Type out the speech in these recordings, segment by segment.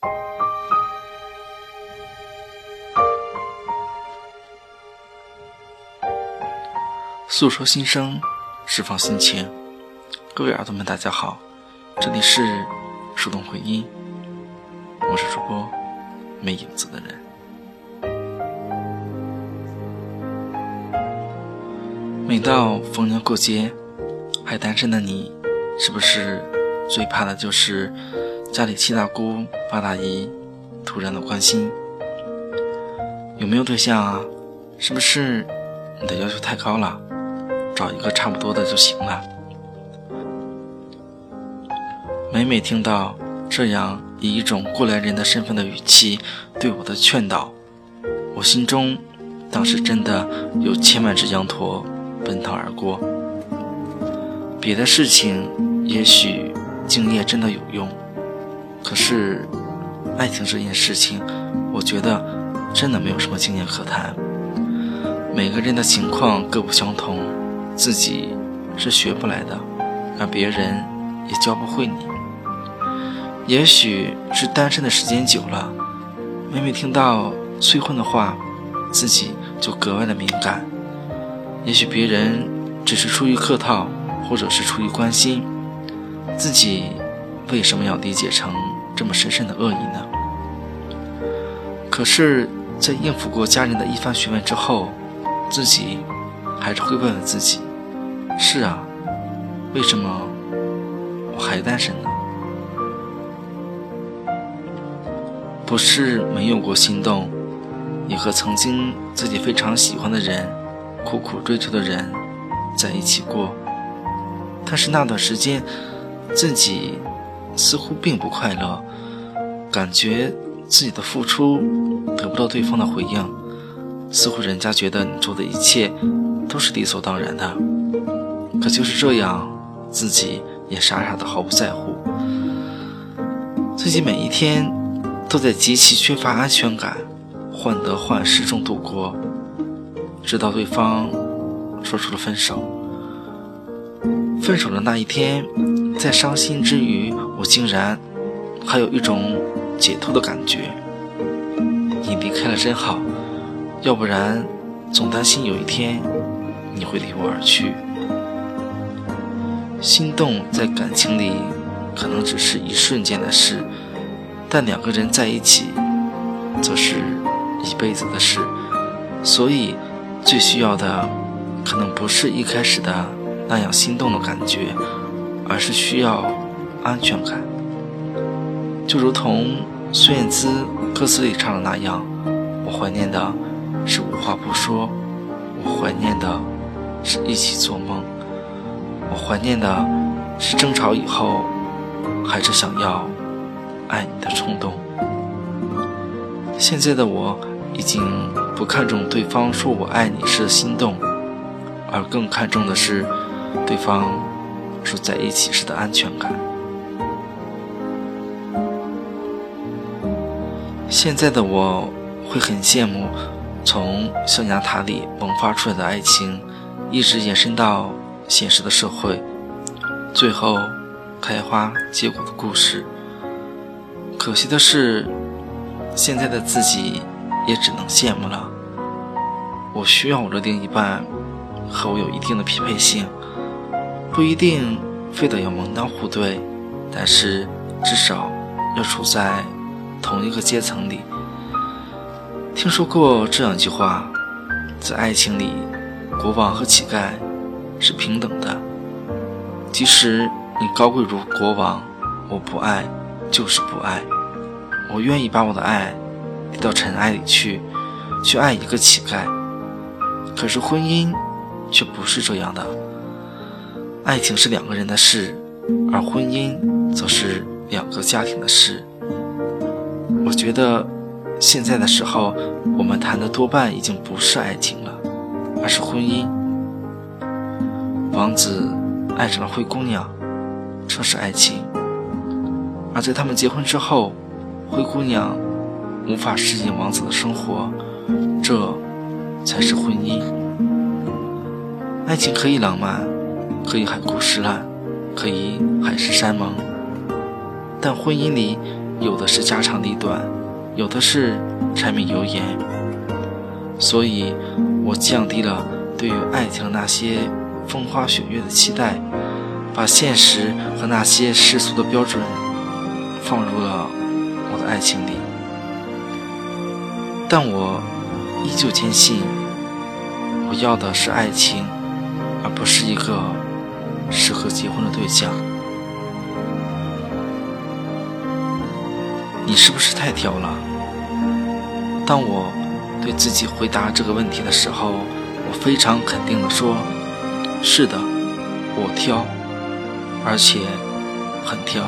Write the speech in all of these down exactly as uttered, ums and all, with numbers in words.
诉说心声，释放心情。各位耳朵们大家好，这里是树洞回音，我是主播没影子的人。每到逢年过节，还单身的你，是不是最怕的就是家里七大姑八大姨突然的关心？有没有对象啊？是不是你的要求太高了，找一个差不多的就行了？每每听到这样以一种过来人的身份的语气对我的劝导，我心中当时真的有千万只羊驼奔腾而过。别的事情也许经验真的有用，可是爱情这件事情，我觉得真的没有什么经验可谈。每个人的情况各不相同，自己是学不来的，而别人也教不会你。也许是单身的时间久了，每每听到催婚的话，自己就格外的敏感。也许别人只是出于客套，或者是出于关心，自己为什么要理解成这么深深的恶意呢？可是在应付过家人的一番询问之后，自己还是会问问自己，是啊，为什么我还单身呢？不是没有过心动，也和曾经自己非常喜欢的人，苦苦追求的人在一起过，但是那段时间自己似乎并不快乐，感觉自己的付出得不到对方的回应，似乎人家觉得你做的一切都是理所当然的，可就是这样，自己也傻傻的毫不在乎。自己每一天都在极其缺乏安全感，患得患失中度过，直到对方说出了分手。分手的那一天，在伤心之余，我竟然还有一种解脱的感觉。你离开了真好，要不然总担心有一天你会离我而去。心动在感情里可能只是一瞬间的事，但两个人在一起则是一辈子的事，所以最需要的可能不是一开始的那样心动的感觉，而是需要安全感。就如同孙燕姿歌词里唱的那样，我怀念的是无话不说，我怀念的是一起做梦，我怀念的是争吵以后还是想要爱你的冲动。现在的我已经不看重对方说我爱你时的心动，而更看重的是对方说在一起时的安全感。现在的我会很羡慕从象牙塔里萌发出来的爱情，一直延伸到现实的社会，最后开花结果的故事。可惜的是，现在的自己也只能羡慕了。我需要我的另一半和我有一定的匹配性，不一定非得要门当户对，但是至少要处在同一个阶层里。听说过这样一句话，在爱情里，国王和乞丐是平等的，即使你高贵如国王，我不爱就是不爱，我愿意把我的爱递到尘埃里去，去爱一个乞丐。可是婚姻却不是这样的，爱情是两个人的事，而婚姻则是两个家庭的事。我觉得现在的时候，我们谈的多半已经不是爱情了，而是婚姻。王子爱上了灰姑娘，这是爱情，而在他们结婚之后，灰姑娘无法适应王子的生活，这才是婚姻。爱情可以浪漫，可以海枯石烂，可以海誓山盟，但婚姻里有的是家长里短，有的是柴米油盐。所以我降低了对于爱情的那些风花雪月的期待，把现实和那些世俗的标准放入了我的爱情里。但我依旧坚信，我要的是爱情，而不是一个适合结婚的对象。你是不是太挑了？当我对自己回答这个问题的时候，我非常肯定地说，是的，我挑，而且很挑。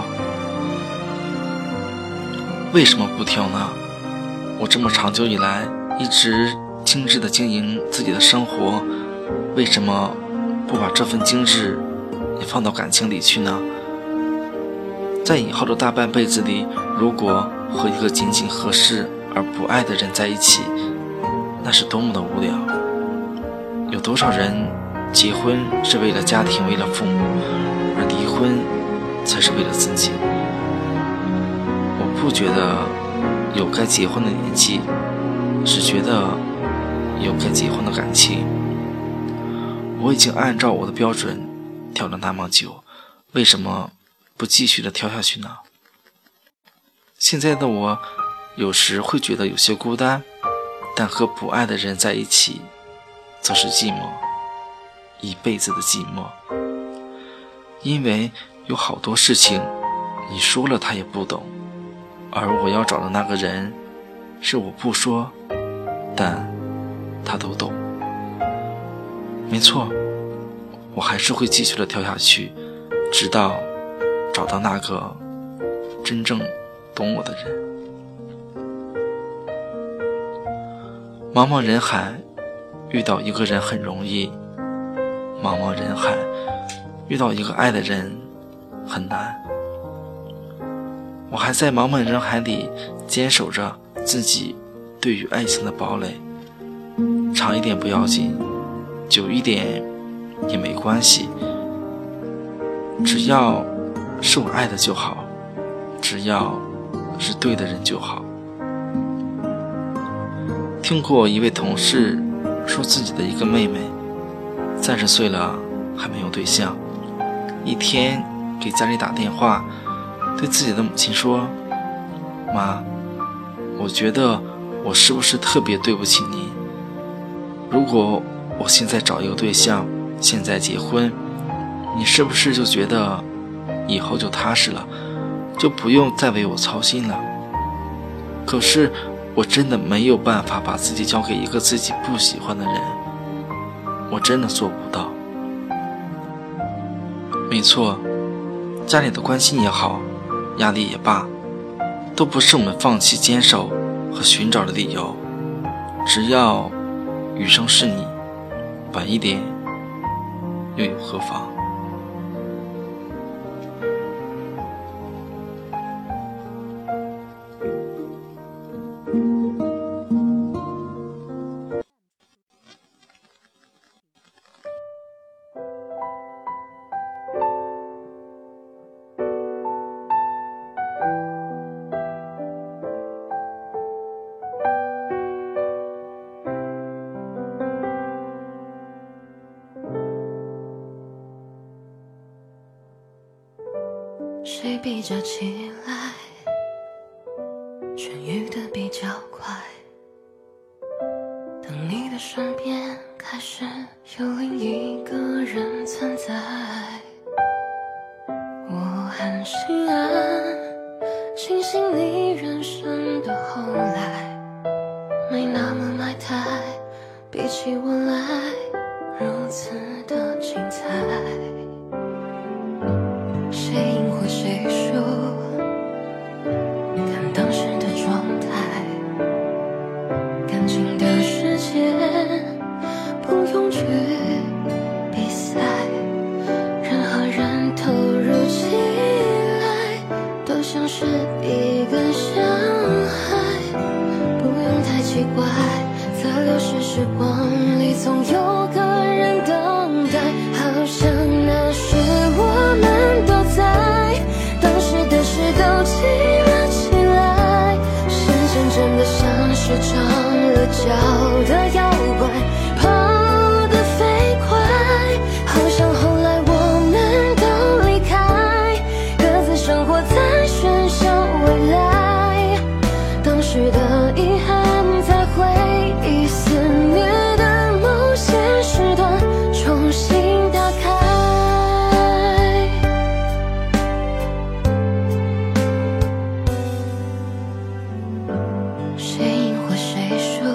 为什么不挑呢？我这么长久以来一直精致地经营自己的生活，为什么不把这份精致也放到感情里去呢？在以后的大半辈子里，如果和一个仅仅合适而不爱的人在一起，那是多么的无聊。有多少人结婚是为了家庭，为了父母，而离婚才是为了自己。我不觉得有该结婚的年纪，只觉得有该结婚的感情。我已经按照我的标准挑了那么久，为什么不继续的挑下去呢？现在的我有时会觉得有些孤单，但和不爱的人在一起则是寂寞，一辈子的寂寞。因为有好多事情你说了他也不懂，而我要找的那个人是我不说但他都懂。没错，我还是会继续的跳下去，直到找到那个真正懂我的人。茫茫人海，遇到一个人很容易，茫茫人海，遇到一个爱的人很难。我还在茫茫人海里坚守着自己对于爱情的堡垒，长一点不要紧，久一点也没关系，只要是我爱的就好，只要是对的人就好。听过一位同事说自己的一个妹妹三十岁了还没有对象，一天给家里打电话，对自己的母亲说，妈，我觉得我是不是特别对不起您？如果我现在找一个对象，现在结婚，你是不是就觉得以后就踏实了，就不用再为我操心了？可是我真的没有办法把自己交给一个自己不喜欢的人，我真的做不到。没错，家里的关心也好，压力也罢，都不是我们放弃坚守和寻找的理由。只要余生是你，晚一点又有何妨？ 谁比较起来痊愈的比较快？当你的身边开始有另一个人存在，我很心安，庆幸你人生的后来没那么埋汰，比起我来如此的精彩。谁赢或谁输，看当时的状态。感情的世界不用去比赛，任何人投入起来都像是一个小孩，不用太奇怪，在流逝时光里总有个人等待，好像那时我们都在，当时的事都记了起了脚的妖怪，跑得飞快，好像后来我们都离开，各自生活在喧嚣未来。当时的遗憾在回忆肆虐的某些时段重新打开。谁赢或谁输，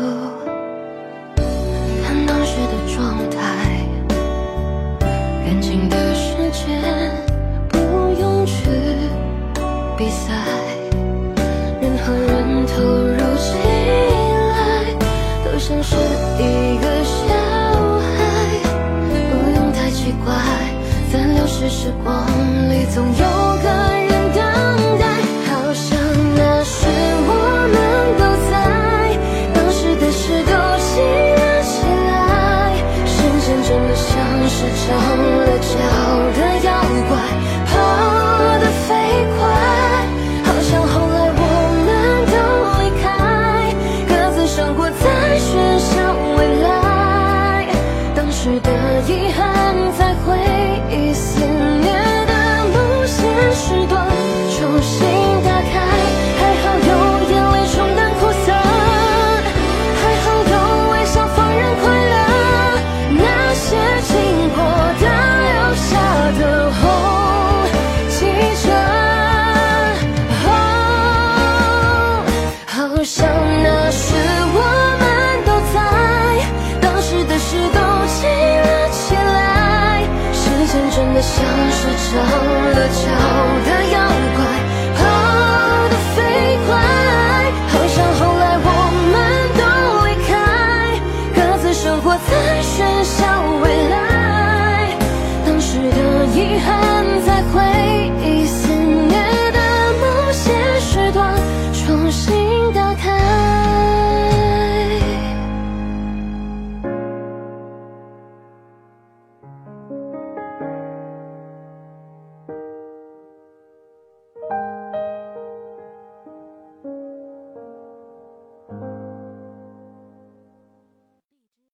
看当时的状态。感情的世界不用去比赛，人和人投入起来都像是一个小孩，不用太奇怪，在流逝时光里总有个人等待。好像那时我们都在，当时的事都记了起来，时间真的像是长了脚的妖怪，跑得飞快，好像后来我们都离开，各自生活在喧嚣未来。当时的遗憾在回忆肆虐的某些时段重新打开，还好有眼泪冲淡苦涩，还好有微笑放任快乐，那些经过的留下的红记着，哦，好像那时我们都在，当时的事都记了起来，时间真的像是长了脚